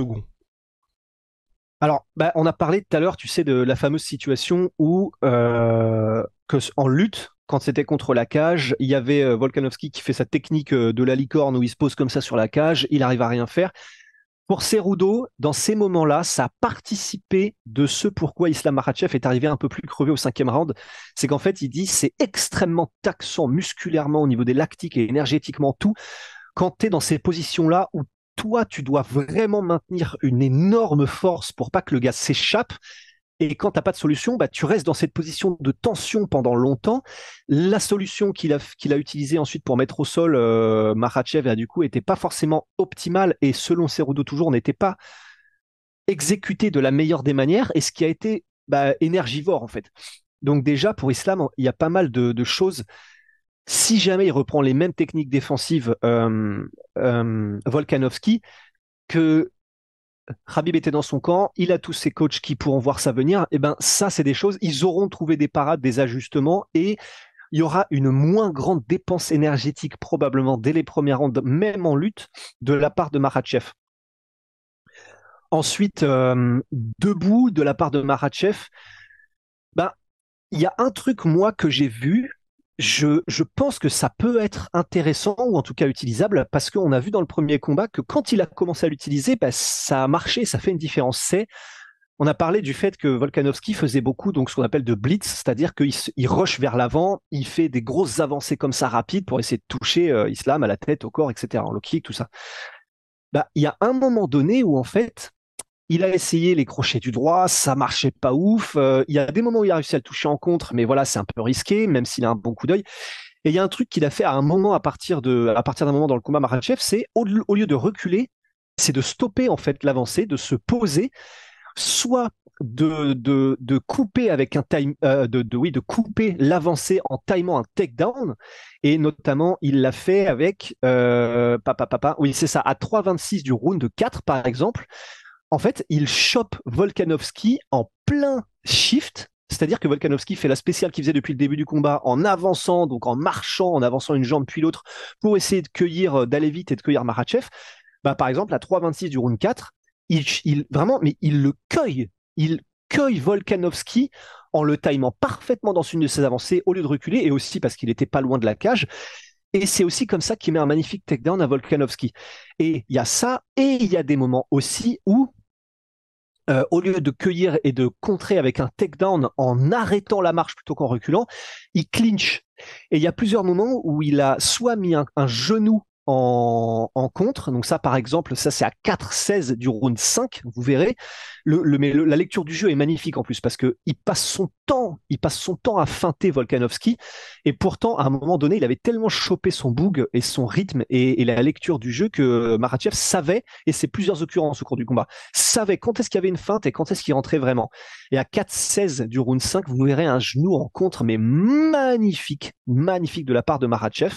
Alors, bah, on a parlé tout à l'heure, tu sais, de la fameuse situation où, euh, que, en lutte, quand c'était contre la cage, il y avait euh, Volkanovski qui fait sa technique euh, de la licorne où il se pose comme ça sur la cage, il arrive à rien faire. Pour Cerudo, dans ces moments-là, ça a participé de ce pourquoi Islam Makhachev est arrivé un peu plus crevé au cinquième round. C'est qu'en fait, il dit c'est extrêmement taxant musculairement au niveau des lactiques et énergétiquement tout quand tu es dans ces positions-là où toi, tu dois vraiment maintenir une énorme force pour pas que le gars s'échappe. Et quand tu n'as pas de solution, bah, tu restes dans cette position de tension pendant longtemps. La solution qu'il a, qu'il a utilisée ensuite pour mettre au sol euh, Makhachev, là, du coup, n'était pas forcément optimale et selon Cerudo toujours, n'était pas exécutée de la meilleure des manières et ce qui a été bah, énergivore en fait. Donc déjà, pour Islam, il y a pas mal de, de choses. Si jamais il reprend les mêmes techniques défensives euh, euh, Volkanovski, que Khabib était dans son camp, il a tous ses coachs qui pourront voir ça venir, et ben ça c'est des choses, ils auront trouvé des parades, des ajustements, et il y aura une moins grande dépense énergétique probablement dès les premières rounds, même en lutte, de la part de Makhachev. Ensuite, euh, debout de la part de Makhachev, ben il y a un truc moi que j'ai vu. Je, je pense que ça peut être intéressant ou en tout cas utilisable parce qu'on a vu dans le premier combat que quand il a commencé à l'utiliser, bah, ça a marché, ça fait une différence. C'est, on a parlé du fait que Volkanovski faisait beaucoup donc ce qu'on appelle de blitz, c'est-à-dire qu'il il rush vers l'avant, il fait des grosses avancées comme ça rapides pour essayer de toucher euh, Islam à la tête, au corps, et cetera, en low kick, tout ça. Bah, il y a un moment donné où en fait, il a essayé les crochets du droit, ça marchait pas ouf. Euh, il y a des moments où il a réussi à le toucher en contre, mais voilà, c'est un peu risqué, même s'il a un bon coup d'œil. Et il y a un truc qu'il a fait à un moment, à partir de, à partir d'un moment dans le combat Makhachev, c'est au, au lieu de reculer, c'est de stopper en fait l'avancée, de se poser, soit de de, de couper avec un time, euh, de, de oui, de couper l'avancée en timant un takedown. Et notamment, il l'a fait avec euh, papa papa. Oui, c'est ça, à trois vingt-six du round quatre par exemple. En fait, il chope Volkanovski en plein shift, c'est-à-dire que Volkanovski fait la spéciale qu'il faisait depuis le début du combat en avançant, donc en marchant, en avançant une jambe puis l'autre pour essayer de cueillir, d'aller vite et de cueillir Makhachev. Bah, par exemple, à trois vingt-six du round quatre, il, il, vraiment, mais il le cueille. Il cueille Volkanovski en le timant parfaitement dans une de ses avancées au lieu de reculer et aussi parce qu'il était pas loin de la cage. Et c'est aussi comme ça qu'il met un magnifique takedown à Volkanovski. Et il y a ça, et il y a des moments aussi où Euh, au lieu de cueillir et de contrer avec un takedown en arrêtant la marche plutôt qu'en reculant, il clinch. Et il y a plusieurs moments où il a soit mis un, un genou en, en contre, donc ça par exemple, ça c'est à quatre seize du round cinq, vous verrez, le, le, mais le, la lecture du jeu est magnifique en plus parce que il passe son temps, il passe son temps à feinter Volkanovski et pourtant à un moment donné il avait tellement chopé son boug et son rythme et, et la lecture du jeu que Makhachev savait, et c'est plusieurs occurrences au cours du combat, savait quand est-ce qu'il y avait une feinte et quand est-ce qu'il rentrait vraiment. Et à quatre seize du round cinq, vous verrez un genou en contre mais magnifique, magnifique de la part de Makhachev.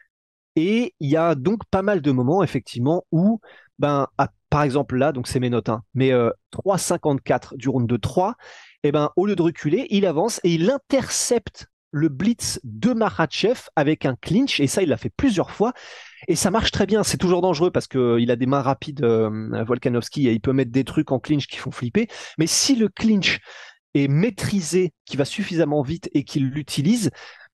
Et il y a donc pas mal de moments, effectivement, où, ben, à, par exemple là, donc c'est mes notes, hein, mais euh, trois cinquante-quatre du round de trois, et ben, au lieu de reculer, il avance et il intercepte le blitz de Makhachev avec un clinch, et ça, il l'a fait plusieurs fois, et ça marche très bien. C'est toujours dangereux parce qu'il a des mains rapides, euh, Volkanovski, et il peut mettre des trucs en clinch qui font flipper, mais si le clinch est maîtrisé, qui va suffisamment vite et qu'il l'utilise,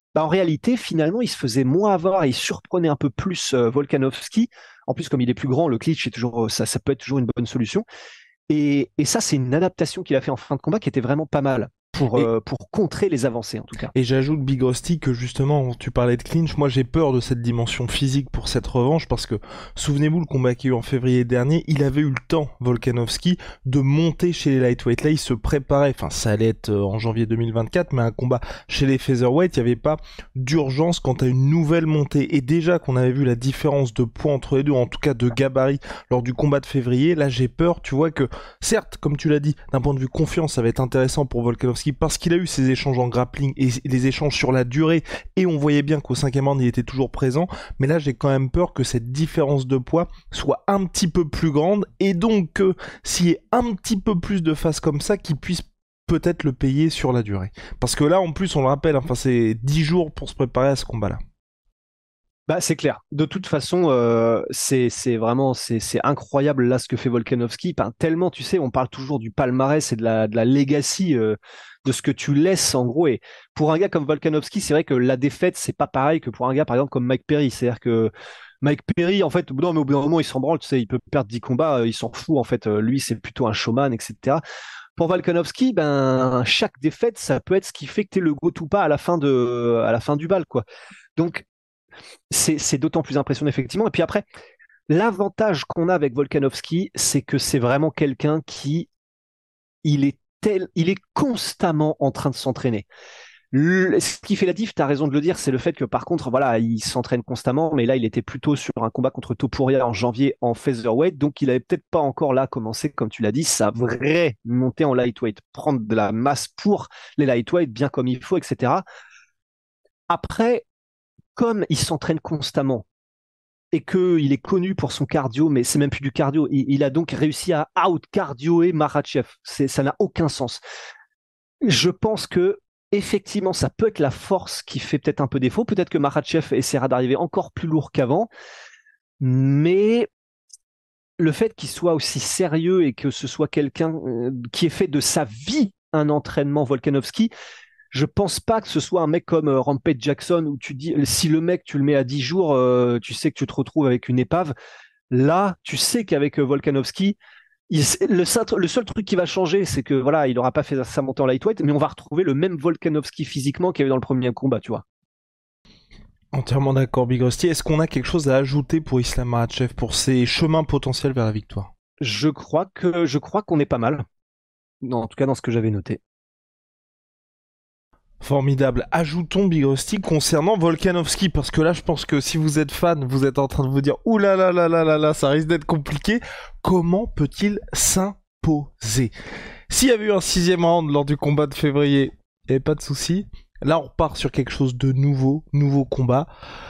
bah, en réalité, finalement, il se faisait moins avoir et il surprenait un peu plus euh, Volkanovski. En plus, comme il est plus grand, le clinch, est toujours, ça, ça peut être toujours une bonne solution. Et, et ça, c'est une adaptation qu'il a fait en fin de combat qui était vraiment pas mal pour, Et, euh, pour contrer les avancées, en tout cas. et j'ajoute Big Rusty que justement, tu parlais de clinch, moi j'ai peur de cette dimension physique pour cette revanche parce que, souvenez-vous, le combat qu'il y a eu en février dernier, il avait eu le temps, Volkanovski, de monter chez les lightweight. Là, il se préparait, enfin ça allait être euh, en janvier deux mille vingt-quatre, mais un combat chez les featherweight, il n'y avait pas d'urgence quant à une nouvelle montée. Et déjà qu'on avait vu la différence de poids entre les deux, en tout cas de gabarit, lors du combat de février, là j'ai peur, tu vois que, certes, comme tu l'as dit, d'un point de vue confiance, ça va être intéressant pour Volkanovski parce qu'il a eu ses échanges en grappling et les échanges sur la durée et on voyait bien qu'au cinquième round il était toujours présent, mais là j'ai quand même peur que cette différence de poids soit un petit peu plus grande et donc que s'il y ait un petit peu plus de face comme ça qu'il puisse peut-être le payer sur la durée. Parce que là en plus on le rappelle, enfin c'est dix jours pour se préparer à ce combat-là. Bah, c'est clair. De toute façon, euh, c'est c'est vraiment c'est c'est incroyable là ce que fait Volkanovski. Enfin, tellement, tu sais, on parle toujours du palmarès et de la de la legacy euh, de ce que tu laisses en gros. Et pour un gars comme Volkanovski, c'est vrai que la défaite c'est pas pareil que pour un gars par exemple comme Mike Perry. C'est-à-dire que Mike Perry, en fait, non, mais au bout d'un moment, il s'en branle. Tu sais, il peut perdre dix combats, euh, il s'en fout en fait. Euh, lui, c'est plutôt un showman, et cetera. Pour Volkanovski, ben chaque défaite, ça peut être ce qui fait que t'es le go to pas à la fin de à la fin du bal, quoi. Donc c'est, c'est d'autant plus impressionnant, effectivement. Et puis après, l'avantage qu'on a avec Volkanovski, c'est que c'est vraiment quelqu'un qui, il est tel, il est constamment en train de s'entraîner. Le, ce qui fait la diff, tu as raison de le dire, c'est le fait que par contre, voilà, il s'entraîne constamment, mais là, il était plutôt sur un combat contre Topuria en janvier en featherweight, donc il avait peut-être pas encore là commencé, comme tu l'as dit, sa vraie montée en lightweight, prendre de la masse pour les lightweight bien comme il faut, et cetera. Après, comme il s'entraîne constamment et qu'il est connu pour son cardio, mais c'est même plus du cardio, il, il a donc réussi à out-cardioer Makhachev. C'est, ça n'a aucun sens. Je pense que effectivement, ça peut être la force qui fait peut-être un peu défaut. Peut-être que Makhachev essaiera d'arriver encore plus lourd qu'avant, mais le fait qu'il soit aussi sérieux et que ce soit quelqu'un qui ait fait de sa vie un entraînement, Volkanovski, je pense pas que ce soit un mec comme euh, Rampage Jackson où tu dis si le mec tu le mets à dix jours, euh, tu sais que tu te retrouves avec une épave. Là, tu sais qu'avec euh, Volkanovski, il, le, le seul truc qui va changer, c'est que voilà, il aura pas fait sa montée en lightweight, mais on va retrouver le même Volkanovski physiquement qu'il y avait dans le premier combat, tu vois. Entièrement d'accord, Big Rusty. Est-ce qu'on a quelque chose à ajouter pour Islam Makhachev, pour ses chemins potentiels vers la victoire? Je crois que je crois qu'on est pas mal. Non, en tout cas dans ce que j'avais noté. Formidable. Ajoutons Big Rusty concernant Volkanovski, parce que là, je pense que si vous êtes fan, vous êtes en train de vous dire « Ouh là là là là là là, ça risque d'être compliqué. Comment peut-il s'imposer ?» S'il y avait eu un sixième round lors du combat de février, il n'y avait pas de souci. Là, on repart sur quelque chose de nouveau, nouveau combat.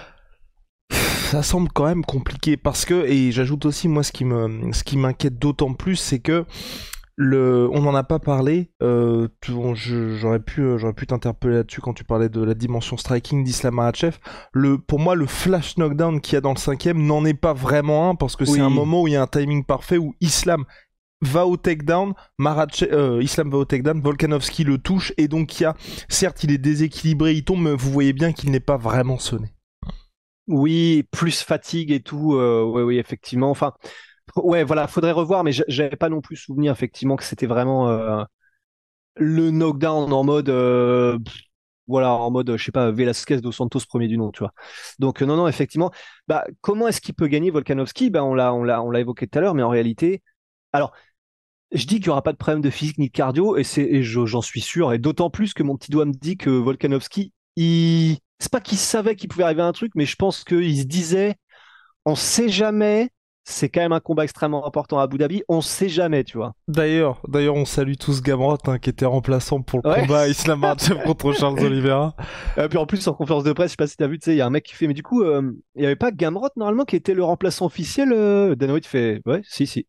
Ça semble quand même compliqué, parce que, et j'ajoute aussi, moi, ce qui me, ce qui m'inquiète d'autant plus, c'est que Le, on n'en a pas parlé. Euh, je, j'aurais pu, j'aurais pu t'interpeller là-dessus quand tu parlais de la dimension striking d'Islam Makhachev. Le, pour moi, le flash knockdown qu'il y a dans le cinquième n'en est pas vraiment un parce que oui. C'est un moment où il y a un timing parfait où Islam va au takedown, Makhachev, euh, Islam va au takedown, Volkanovski le touche et donc il y a, certes, il est déséquilibré, il tombe, mais vous voyez bien qu'il n'est pas vraiment sonné. Oui, plus fatigue et tout. Euh, oui, oui, effectivement. Enfin. Ouais, voilà, faudrait revoir, mais j'avais pas non plus souvenir effectivement que c'était vraiment euh, le knockdown en mode, euh, voilà, en mode, je sais pas, Velasquez dos Santos premier du nom, tu vois. Donc euh, non, non, effectivement, bah comment est-ce qu'il peut gagner Volkanovski? Bah on l'a, on l'a, on l'a évoqué tout à l'heure, mais en réalité, alors je dis qu'il y aura pas de problème de physique ni de cardio, et c'est, et je, j'en suis sûr, et d'autant plus que mon petit doigt me dit que Volkanovski, il, c'est pas qu'il savait qu'il pouvait arriver à un truc, mais je pense qu'il se disait, on sait jamais. C'est quand même un combat extrêmement important à Abu Dhabi, on sait jamais, tu vois. D'ailleurs, d'ailleurs, on salue tous Gamrot, hein, qui était remplaçant pour le ouais. combat Islam Makhachev contre Charles Oliveira. Et puis en plus, en conférence de presse, je sais pas si t'as vu, tu sais, il y a un mec qui fait, mais du coup, il euh, y avait pas Gamrot normalement qui était le remplaçant officiel. Euh... Dan White fait, ouais, si, si.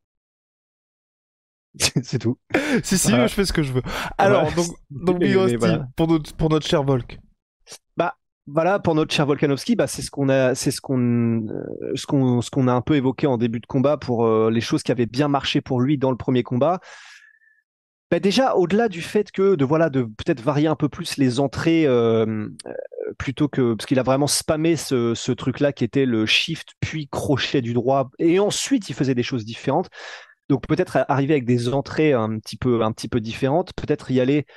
C'est tout. si, si, voilà. Je fais ce que je veux. Alors, ouais. donc, donc Big Rusty, voilà. pour, notre, pour notre cher Volk. Bah, voilà, pour notre cher Volkanovski, bah, c'est ce qu'on a, c'est ce qu'on, euh, ce qu'on, ce qu'on a un peu évoqué en début de combat pour euh, les choses qui avaient bien marché pour lui dans le premier combat. Bah, déjà, au-delà du fait que de voilà, de peut-être varier un peu plus les entrées, euh, plutôt que parce qu'il a vraiment spammé ce, ce truc-là qui était le shift puis crochet du droit, et ensuite il faisait des choses différentes. Donc peut-être arriver avec des entrées un petit peu, un petit peu différentes, peut-être y aller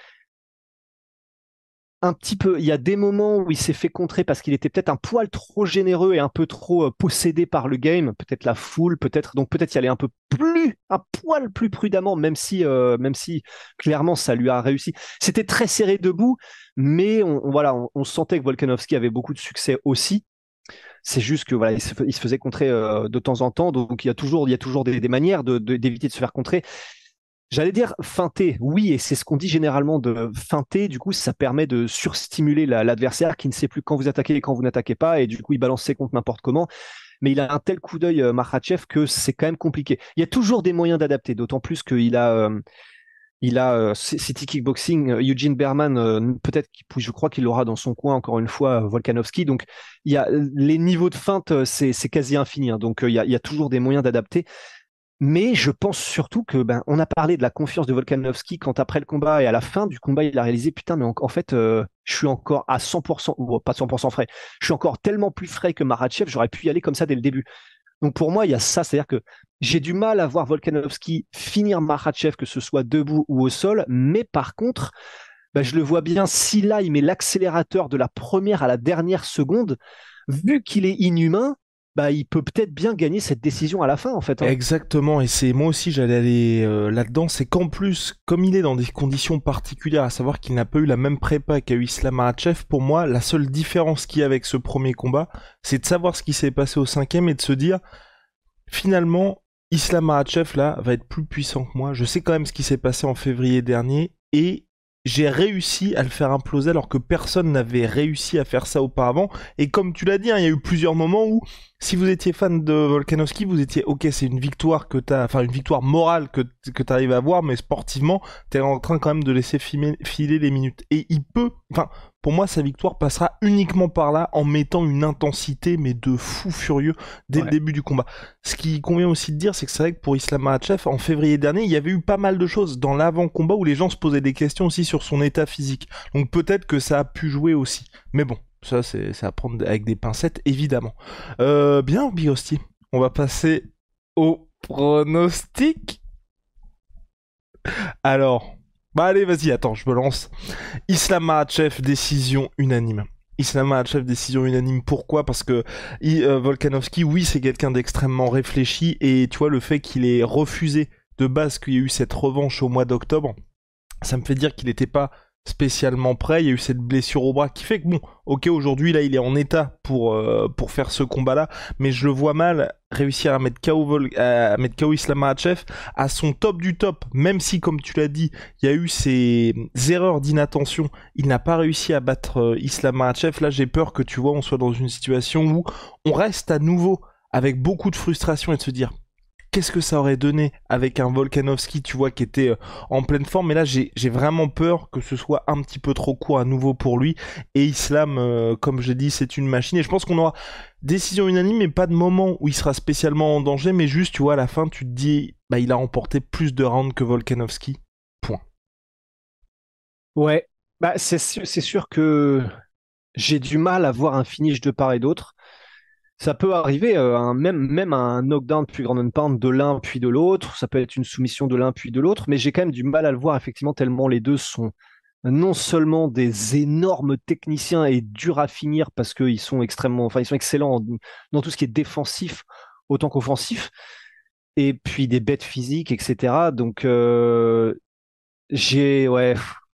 un petit peu. Il y a des moments où il s'est fait contrer parce qu'il était peut-être un poil trop généreux et un peu trop euh, possédé par le game, peut-être la foule, peut-être donc peut-être y aller un peu plus, un poil plus prudemment, même si, euh, même si clairement ça lui a réussi. C'était très serré debout, mais on, on voilà, on, on sentait que Volkanovski avait beaucoup de succès aussi. C'est juste que voilà, il se, il se faisait contrer euh, de temps en temps, donc il y a toujours, il y a toujours des, des manières de, de, d'éviter de se faire contrer. J'allais dire feinter, oui, et c'est ce qu'on dit généralement de feinter. Du coup, ça permet de surstimuler la, l'adversaire qui ne sait plus quand vous attaquez et quand vous n'attaquez pas, et du coup, il balance ses comptes n'importe comment. Mais il a un tel coup d'œil, euh, Makhachev, que c'est quand même compliqué. Il y a toujours des moyens d'adapter, d'autant plus qu'il a, euh, il a euh, City Kickboxing, euh, Eugene Berman, euh, peut-être, je crois qu'il l'aura dans son coin encore une fois, euh, Volkanovski. Donc, il y a les niveaux de feinte, c'est, c'est quasi infini. Hein, donc, euh, il y a, il y a toujours des moyens d'adapter. Mais je pense surtout que, ben, on a parlé de la confiance de Volkanovski quand après le combat et à la fin du combat, il a réalisé, putain, mais en, en fait, euh, je suis encore à cent pour cent, ou pas cent pour cent frais, je suis encore tellement plus frais que Makhachev, j'aurais pu y aller comme ça dès le début. Donc pour moi, il y a ça, c'est-à-dire que j'ai du mal à voir Volkanovski finir Makhachev, que ce soit debout ou au sol, mais par contre, ben, je le vois bien, si là, il met l'accélérateur de la première à la dernière seconde, vu qu'il est inhumain, bah, il peut peut-être bien gagner cette décision à la fin, en fait. Hein. Exactement, et c'est moi aussi j'allais aller euh, là-dedans, c'est qu'en plus, comme il est dans des conditions particulières, à savoir qu'il n'a pas eu la même prépa qu'a eu Islam Makhachev, pour moi, la seule différence qu'il y a avec ce premier combat, c'est de savoir ce qui s'est passé au cinquième et de se dire, finalement, Islam Makhachev, là, va être plus puissant que moi. Je sais quand même ce qui s'est passé en février dernier, et j'ai réussi à le faire imploser alors que personne n'avait réussi à faire ça auparavant. Et comme tu l'as dit, hein, il y a eu plusieurs moments où, si vous étiez fan de Volkanovski, vous étiez, ok, c'est une victoire que t'as, enfin une victoire morale que, que t'arrives à avoir, mais sportivement, t'es en train quand même de laisser filer, filer les minutes. Et il peut, enfin, pour moi, sa victoire passera uniquement par là, en mettant une intensité, mais de fou furieux, dès ouais. le début du combat. Ce qui convient aussi de dire, c'est que c'est vrai que pour Islam Makhachev, en février dernier, il y avait eu pas mal de choses dans l'avant-combat où les gens se posaient des questions aussi sur son état physique. Donc peut-être que ça a pu jouer aussi. Mais bon, ça, c'est, c'est à prendre avec des pincettes, évidemment. Euh, bien, Bigosti, on va passer au pronostic. Alors... Bah allez, vas-y, attends, je me lance. Islam Makhachev, décision unanime. Islam Makhachev, décision unanime. Pourquoi ? Parce que euh, Volkanovski, oui, c'est quelqu'un d'extrêmement réfléchi, et tu vois, le fait qu'il ait refusé de base qu'il y ait eu cette revanche au mois d'octobre, ça me fait dire qu'il n'était pas spécialement prêt. Il y a eu cette blessure au bras qui fait que bon, ok, aujourd'hui là il est en état pour euh, pour faire ce combat-là, mais je le vois mal réussir à mettre K O Vol- à mettre K O Islam Makhachev à son top du top, même si comme tu l'as dit, il y a eu ces erreurs d'inattention, il n'a pas réussi à battre euh, Islam Makhachev. Là, j'ai peur que tu vois, on soit dans une situation où on reste à nouveau avec beaucoup de frustration et de se dire qu'est-ce que ça aurait donné avec un Volkanovski, tu vois, qui était euh, en pleine forme. Mais là, j'ai, j'ai vraiment peur que ce soit un petit peu trop court à nouveau pour lui. Et Islam, euh, comme je dis, c'est une machine. Et je pense qu'on aura décision unanime, mais pas de moment où il sera spécialement en danger. Mais juste, tu vois, à la fin, tu te dis, bah, il a remporté plus de rounds que Volkanovski. Point. Ouais, bah, c'est, c'est sûr que j'ai du mal à voir un finish de part et d'autre. Ça peut arriver, euh, un, même, même un knockdown puis ground and pound de l'un puis de l'autre. Ça peut être une soumission de l'un puis de l'autre, mais j'ai quand même du mal à le voir effectivement tellement les deux sont non seulement des énormes techniciens et durs à finir parce qu'ils sont extrêmement, enfin ils sont excellents dans tout ce qui est défensif autant qu'offensif, et puis des bêtes physiques, et cetera. Donc euh, j'ai, ouais,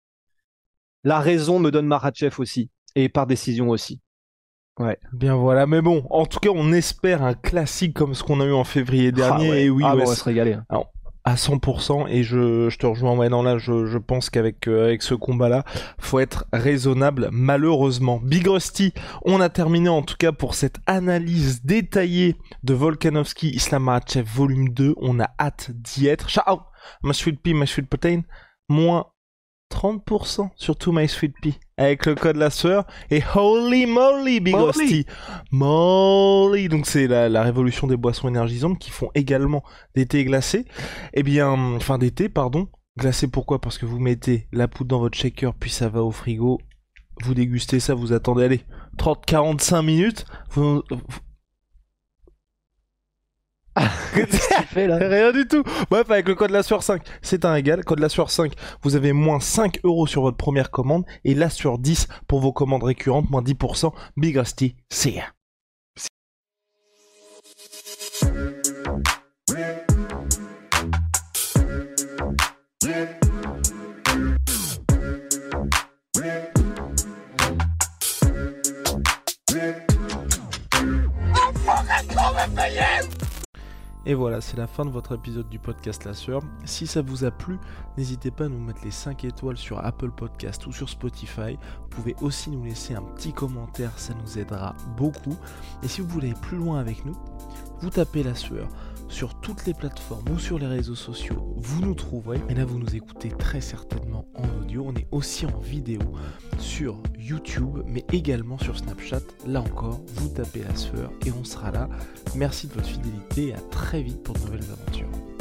la raison me donne Makhachev aussi, et par décision aussi. Ouais. Bien voilà, mais bon, en tout cas, on espère un classique comme ce qu'on a eu en février dernier. Ah ouais. Et oui, ah ouais, bon, on va se régaler. Alors, à cent pour cent, et je, je te rejoins. Ouais, non, là, je, je pense qu'avec euh, avec ce combat-là, faut être raisonnable, malheureusement. Big Rusty, on a terminé en tout cas pour cette analyse détaillée de Volkanovski Islam Makhachev volume deux. On a hâte d'y être. Ciao, my sweet pea, my sweet protein, moins trente pour cent sur tout My Sweet Pea avec le code la sueur, et holy moly Big Rusty moly, donc c'est la, la révolution des boissons énergisantes qui font également des thés glacés, et eh bien enfin des thés pardon glacés. Pourquoi ? Parce que vous mettez la poudre dans votre shaker puis ça va au frigo vous dégustez ça, vous attendez, allez, trente à quarante-cinq minutes, vous... Qu'est-ce que tu fais là? Rien du tout. Bref, avec le code la sueur cinq, c'est un régal. Code la sueur cinq, vous avez moins cinq euros sur votre première commande et la sueur dix pour vos commandes récurrentes, moins dix pour cent. Big Rusty, c'est ya. Et voilà, c'est la fin de votre épisode du podcast La Sueur. Si ça vous a plu, n'hésitez pas à nous mettre les cinq étoiles sur Apple Podcast ou sur Spotify. Vous pouvez aussi nous laisser un petit commentaire, ça nous aidera beaucoup. Et si vous voulez aller plus loin avec nous, vous tapez La Sueur sur toutes les plateformes ou sur les réseaux sociaux, vous nous trouverez. Et là, vous nous écoutez très certainement en audio. On est aussi en vidéo sur YouTube, mais également sur Snapchat. Là encore, vous tapez La Sueur et on sera là. Merci de votre fidélité et à très vite pour de nouvelles aventures.